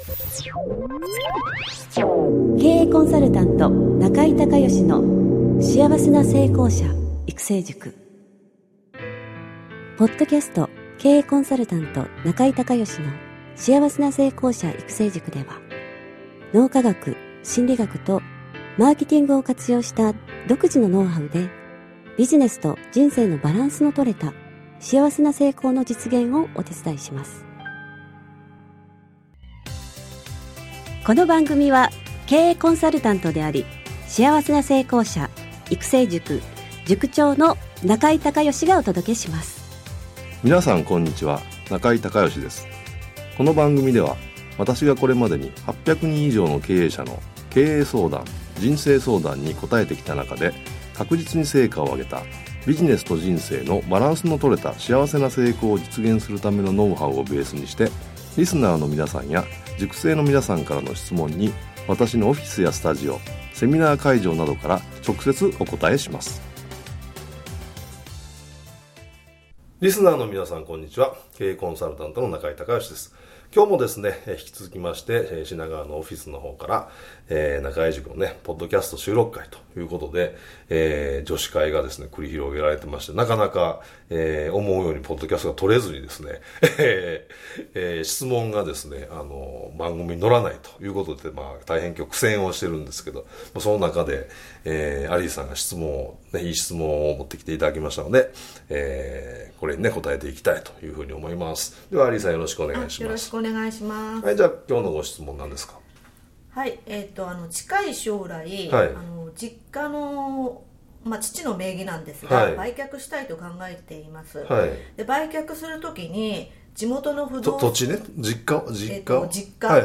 経営コンサルタント中井孝義の幸せな成功者育成塾。ポッドキャスト経営コンサルタント中井孝義の幸せな成功者育成塾では、脳科学、心理学とマーケティングを活用した独自のノウハウで、ビジネスと人生のバランスの取れた幸せな成功の実現をお手伝いします。この番組は経営コンサルタントであり、幸せな成功者育成塾塾長の中井孝義がお届けします。 皆さんこんにちは、中井孝義です。この番組では、私がこれまでに800人以上の経営者の経営相談、人生相談に答えてきた中で、確実に成果を上げたビジネスと人生のバランスの取れた幸せな成功を実現するためのノウハウをベースにして、リスナーの皆さんや塾生の皆さんからの質問に、私のオフィスやスタジオ、セミナー会場などから直接お答えします。リスナーの皆さんこんにちは。経営コンサルタントの中井孝義です。今日もですね、引き続きまして品川のオフィスの方から中井塾のねポッドキャスト収録会ということで、女子会がですね繰り広げられてまして、なかなか、思うようにポッドキャストが取れずにですね、質問がですね番組に載らないということで、大変今日苦戦をしてるんですけど、その中で、アリーさんが質問をね、いい質問を持ってきていただきましたので、これにね答えていきたいというふうに思います。ではアリーさんよろしくお願いします。 よろしくお願いします。 はい、じゃあ今日のご質問なんですか。 はい、近い将来、 はい、 実家の、父の名義なんですが、売却したいと考えています。 はい、で売却するときに地元の不動土地ね、実家はい、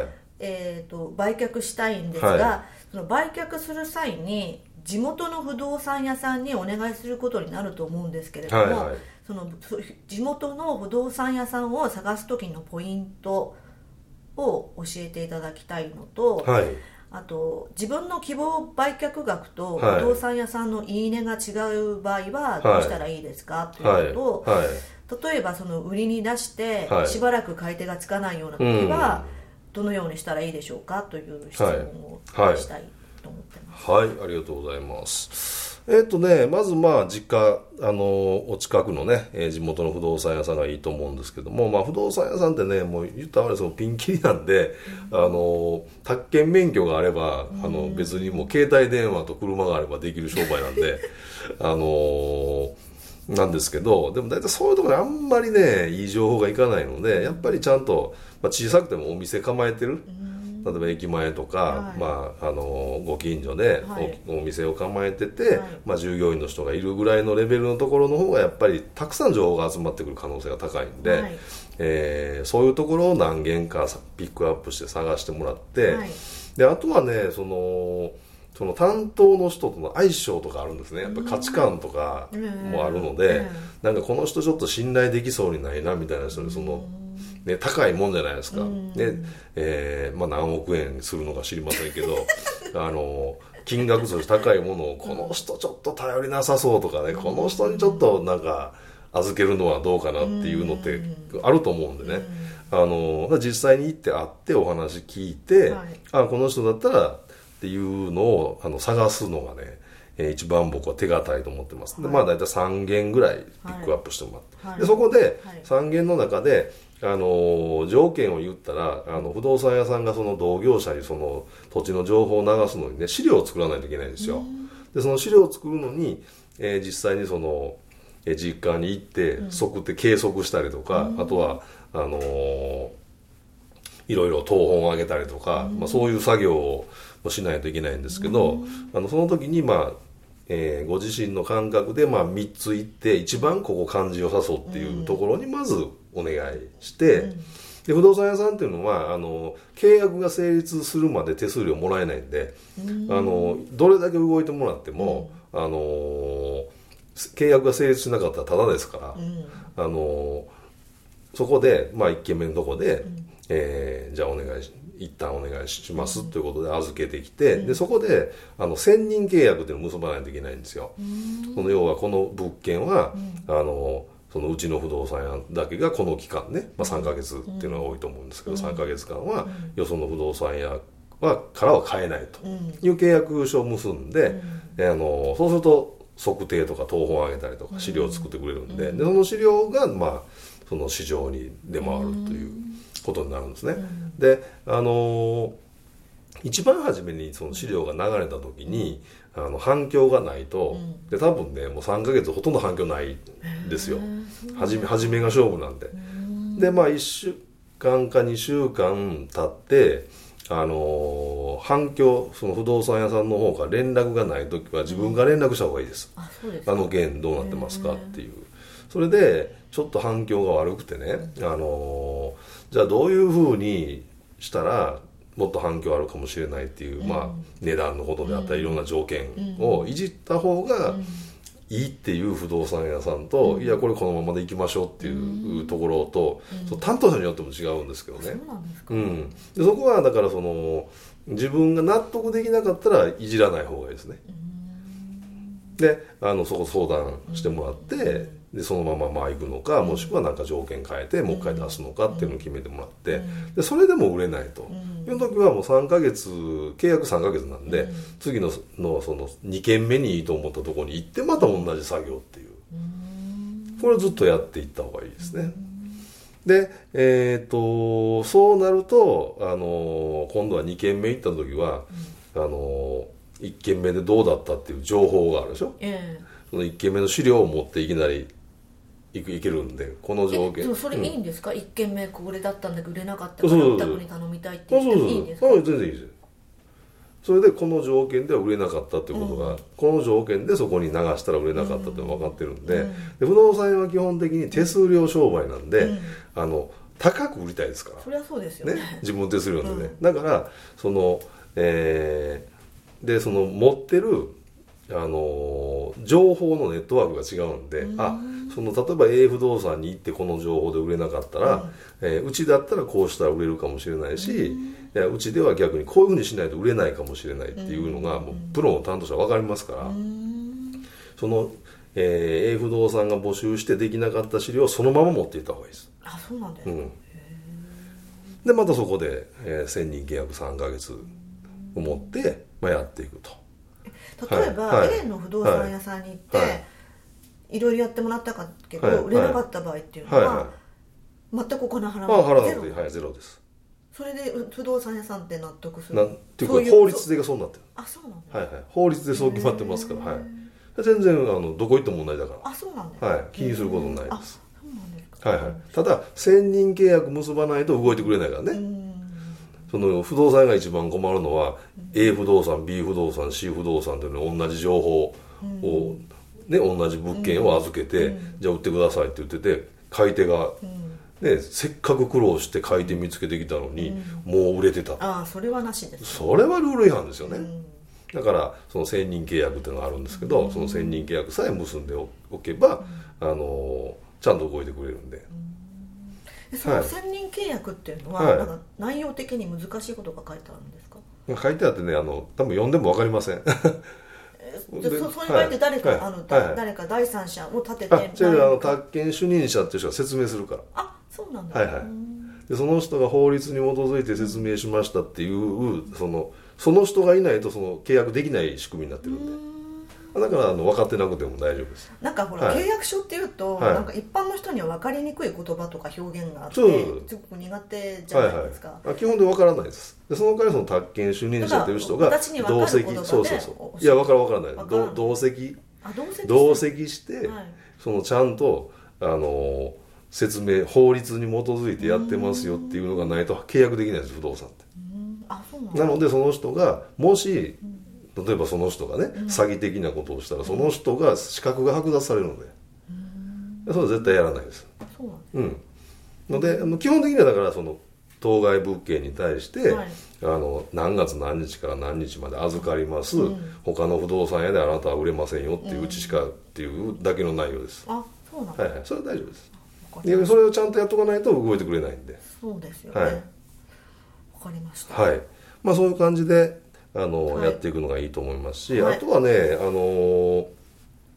売却したいんですが、その売却する際に地元の不動産屋さんにお願いすることになると思うんですけれども、その地元の不動産屋さんを探す時のポイントを教えていただきたいのと、あと自分の希望売却額と不動産屋さんの言い値が違う場合はどうしたらいいですかというのと、例えばその売りに出してしばらく買い手がつかないような時はどのようにしたらいいでしょうかという質問をしたいと思ってます。 はい、ありがとうございます。まず実家お近くのね、地元の不動産屋さんがいいと思うんですけども、不動産屋さんってね、もう言ったらあれピンキリなんで、宅建免許があれば別にもう携帯電話と車があればできる商売なんでなんですけど、でも大体そういうところにあんまりねいい情報がいかないので、やっぱりちゃんと、小さくてもお店構えてる、例えば駅前とか、ご近所で お店を構えてて、従業員の人がいるぐらいのレベルのところの方がやっぱりたくさん情報が集まってくる可能性が高いんで、そういうところを何軒かピックアップして探してもらって、であとはねその担当の人との相性とかあるんですね。やっぱ価値観とかもあるので、なんかこの人ちょっと信頼できそうにないなみたいな人に高いもんじゃないですか。何億円するのか知りませんけど金額として高いものをこの人ちょっと頼りなさそうとかね、この人にちょっとなんか預けるのはどうかなっていうのってあると思うんでね、実際に行って会ってお話聞いて、この人だったらっていうのを探すのがね、一番僕は手堅いと思ってます。で大体3軒ぐらいピックアップしてもらって、でそこで3軒の中で条件を言ったら不動産屋さんがその同業者にその土地の情報を流すのにね、資料を作らないといけないんですよ。でその資料を作るのに、実際にその実家に行って計測したりとか、あとはいろいろ謄本をあげたりとか、そういう作業をしないといけないんですけど、その時にご自身の感覚で3つ行って、一番ここ感じよさそうっていうところにまずお願いして、で不動産屋さんっていうのは契約が成立するまで手数料もらえないんで、どれだけ動いてもらっても、契約が成立しなかったらタダですから、そこで1軒目のとこで、じゃあ一旦お願いしますということで預けてきて、でそこで専任契約っていうのを結ばないといけないんですよ。要はこの物件はそのうちの不動産屋だけがこの期間ね、3ヶ月っていうのが多いと思うんですけど、3ヶ月間はよその不動産屋からは買えないという契約書を結んで、そうすると測定とか謄本を上げたりとか資料を作ってくれるんで、その資料がその市場に出回るということになるんですね。で一番初めにその資料が流れた時に反響がないと、で多分ねもう3ヶ月ほとんど反響ないんですよ。初めが勝負なんで。で1週間か2週間経って反響、その不動産屋さんの方から連絡がない時は自分が連絡した方がいいです。件どうなってますかっていう。それでちょっと反響が悪くてね、じゃあどういうふうにしたらもっと反響あるかもしれないっていう、値段のことであったりいろんな条件をいじった方がいいっていう不動産屋さんと、いやこれこのままでいきましょうっていうところと、担当者によっても違うんですけどね。でそこはだから自分が納得できなかったらいじらない方がいいですね。でそこ相談してもらって、でそのまま行くのか、もしくは何か条件変えてもう一回出すのかっていうのを決めてもらって、でそれでも売れないという時はもう3ヶ月契約3ヶ月なんで、次のその2件目にいいと思ったところに行ってまた同じ作業っていう、これをずっとやっていった方がいいですね。でそうなると今度は2件目行った時は1件目でどうだったっていう情報があるでしょ。その1件目の資料を持っていきなりいけるんで、この条件それいいんですか、1件目これだったんだけど売れなかったからお宅に頼みたいって言ってもいいんですか。 全然いいです。それでこの条件では売れなかったっていうことが、この条件でそこに流したら売れなかったって分かってるんで、で不動産屋は基本的に手数料商売なんで、高く売りたいですから。 それはそうですよね。 自分の手数料なんでね。だからその持ってる情報のネットワークが違うんで、例えば A 不動産に行ってこの情報で売れなかったら、うちだったらこうしたら売れるかもしれないし、うちでは逆にこういうふうにしないと売れないかもしれないっていうのが、もうプロの担当者は分かりますから、その、A 不動産が募集してできなかった資料をそのまま持っていった方がいいです。 そうなんですか。 でまたそこで、1000人契約3ヶ月を持って、やっていくと。 例えば、A の不動産屋さんに行って、いろいろやってもらったけど、売れなかった場合っていうのは、全くお金払わなくてゼロです。 それで不動産屋さんって納得するっていうか法律でそうなってる。 そうなんだ。 法律でそう決まってますから、全然どこ行っても問題だから。 そうなんだ。 気にすることないです。ただ1000人契約結ばないと動いてくれないからね。その不動産が一番困るのは、A 不動産 B 不動産 C 不動産というのは同じ情報を、同じ物件を預けて、じゃあ売ってくださいって言ってて、買い手が、せっかく苦労して買い手見つけてきたのに、もう売れてた。 それはなしです。 それはルール違反ですよね。だからその1000人契約っていうのがあるんですけど、その1000人契約さえ結んでおけば、ちゃんと動いてくれるんで。 その1000人契約っていうのは、なんか内容的に難しいことが書いてあるんですか。 書いてあってね、多分読んでも分かりません。 そういう場合って誰か第三者を立てて、 宅建主任者っていう人が説明するから。 そうなんだ。 でその人が法律に基づいて説明しましたっていうその人がいないとその契約できない仕組みになってるんで。だから分かってなくても大丈夫です。 なんかほら、契約書っていうと、なんか一般の人には分かりにくい言葉とか表現があって、すごく苦手じゃないですか。 基本で分からないです。でその代わりその宅建主任者という人が同席、いや分からない。同席して、ちゃんと説明、法律に基づいてやってますよっていうのがないと契約できないです、不動産って。なのでその人がもし例えばその人がね、詐欺的なことをしたら、その人が資格が剥奪されるので、それは絶対やらないです。ので基本的にはだからその当該物件に対して、何月何日から何日まで預かります、他の不動産屋であなたは売れませんよっていううちしかっていうだけの内容です。それは大丈夫です。それをちゃんとやっとかないと動いてくれないんで。 そうですよね。わかりました。 そういう感じでやっていくのがいいと思いますし、あとはね、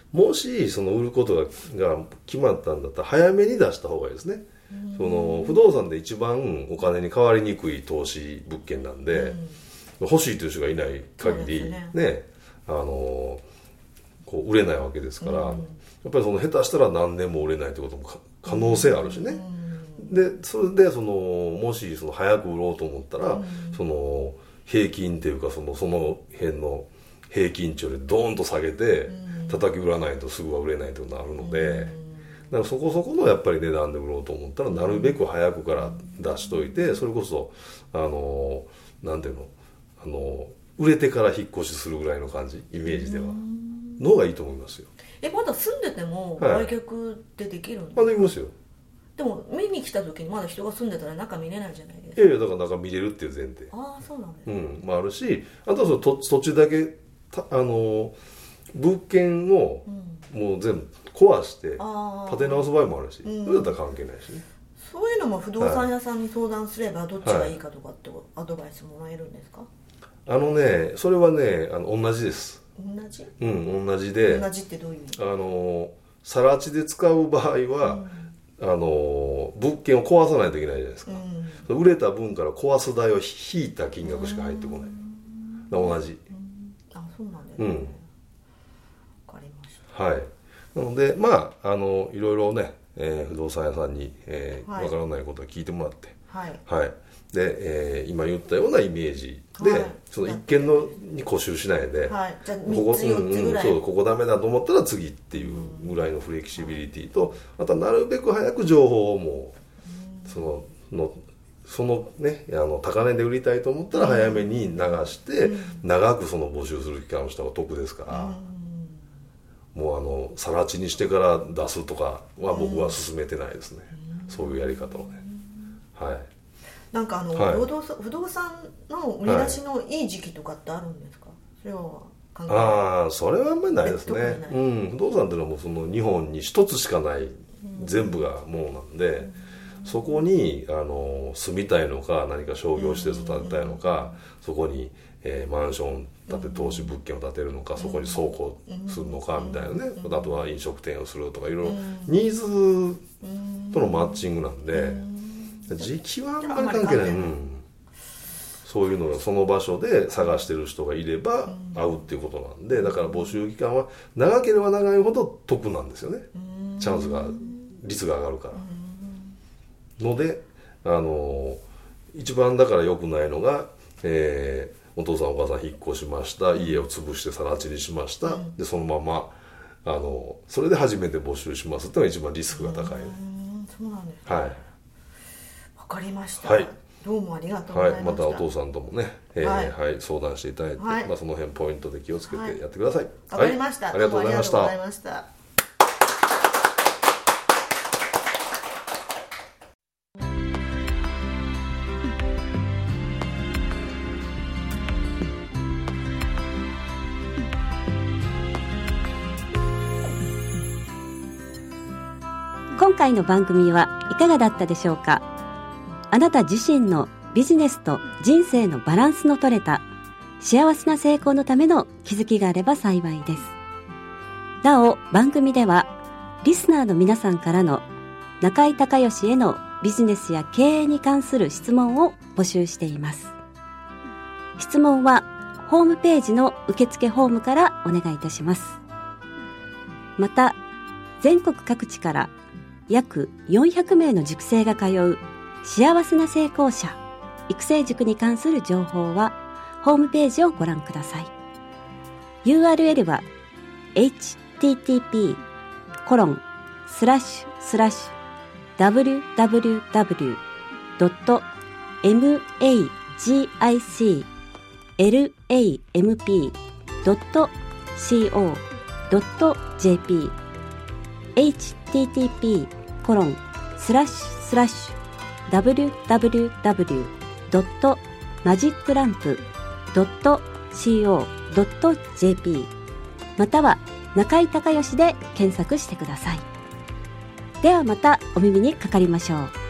もしその売ることが決まったんだったら早めに出した方がいいですね。その不動産で一番お金に変わりにくい投資物件なんで、欲しいという人がいない限りね、こう売れないわけですから、やっぱりその下手したら何年も売れないということも可能性あるしね。でそれでもしその早く売ろうと思ったら、その平均っていうかその辺の平均値よりドーンと下げて叩き売らないとすぐは売れないということがあるので、だからそこそこのやっぱり値段で売ろうと思ったらなるべく早くから出しといて、それこそなんていうの、売れてから引っ越しするぐらいの感じ、イメージではの方がいいと思いますよ。 まだ住んでても売却ってできるんですか？ できますよ。 でも見に来た時にまだ人が住んでたら中見れないじゃないですか。 いやだから中見れるっていう前提。 そうなんですね。 あるし、あとはその土地だけ物件をもう全部壊して建て直す場合もあるし、それだったら関係ないしね。 そういうのも不動産屋さんに相談すればどっちがいいかとかってアドバイスもらえるんですか？ それはね同じです。 同じ？ 同じで。 同じってどういう意味？ 更地で使う場合は、物件を壊さないといけないじゃないですか。売れた分から壊す代を引いた金額しか入ってこない。同じ。 そうなんですね。わかりました。 はい。なのでいろいろね、不動産屋さんにわからないことを聞いてもらって、で、今言ったようなイメージで、その一軒に固執しないで、 じゃあ3つ4つぐらい、 ここダメだと思ったら次っていうぐらいのフレキシビリティと、あとはなるべく早く情報をもうそのね高値で売りたいと思ったら早めに流して、長くその募集する期間をした方が得ですから、もう更地にしてから出すとかは僕は勧めてないですね。そういうやり方をね。 なんか不動産の売り出しのいい時期とかってあるんですか？それは関係ない？ それはあんまりないですね。不動産っていうのはもうその日本に一つしかない全部がものなんで、そこに住みたいのか、何か商業施設を建てたいのか、そこに、マンション建て投資物件を建てるのか、そこに倉庫するのかみたいなね、あとは飲食店をするとかいろいろニーズとのマッチングなんで、時期はあんまり関係ない。そういうのがその場所で探してる人がいれば会うっていうことなんで、だから募集期間は長ければ長いほど得なんですよね。チャンスが率が上がるからので、一番だから良くないのが、お父さんお母さん引っ越しました、家を潰して更地にしました、でそのままそれで初めて募集しますっていうのが一番リスクが高い。 そうなんですね。わかりました。どうもありがとうございました。 またお父さんともね、相談していただいて、その辺ポイントで気をつけてやってください。 わかりました。 ありがとうございました。 今回の番組はいかがだったでしょうか？あなた自身のビジネスと人生のバランスの取れた幸せな成功のための気づきがあれば幸いです。なお、番組ではリスナーの皆さんからの中井孝義へのビジネスや経営に関する質問を募集しています。質問はホームページの受付フォームからお願いいたします。また、全国各地から約400名の塾生が通う幸せな成功者育成塾に関する情報はホームページをご覧ください。 URL は http://www.magiclamp.co.jp http://www.magiclamp.co.jp または中井孝義で検索してください。ではまたお耳にかかりましょう。